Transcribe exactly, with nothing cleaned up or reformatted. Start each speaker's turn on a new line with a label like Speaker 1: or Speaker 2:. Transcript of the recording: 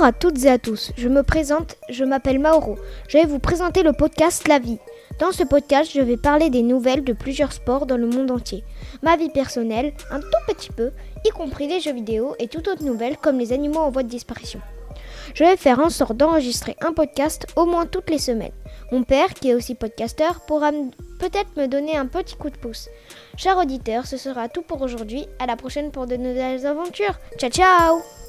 Speaker 1: Bonjour à toutes et à tous, je me présente, je m'appelle Mauro. Je vais vous présenter le podcast La Vie. Dans ce podcast, je vais parler des nouvelles de plusieurs sports dans le monde entier. Ma vie personnelle, un tout petit peu, y compris les jeux vidéo et toute autre nouvelle comme les animaux en voie de disparition. Je vais faire en sorte d'enregistrer un podcast au moins toutes les semaines. Mon père, qui est aussi podcasteur, pourra m- peut-être me donner un petit coup de pouce. Chers auditeurs, ce sera tout pour aujourd'hui. À la prochaine pour de nouvelles aventures. Ciao ciao!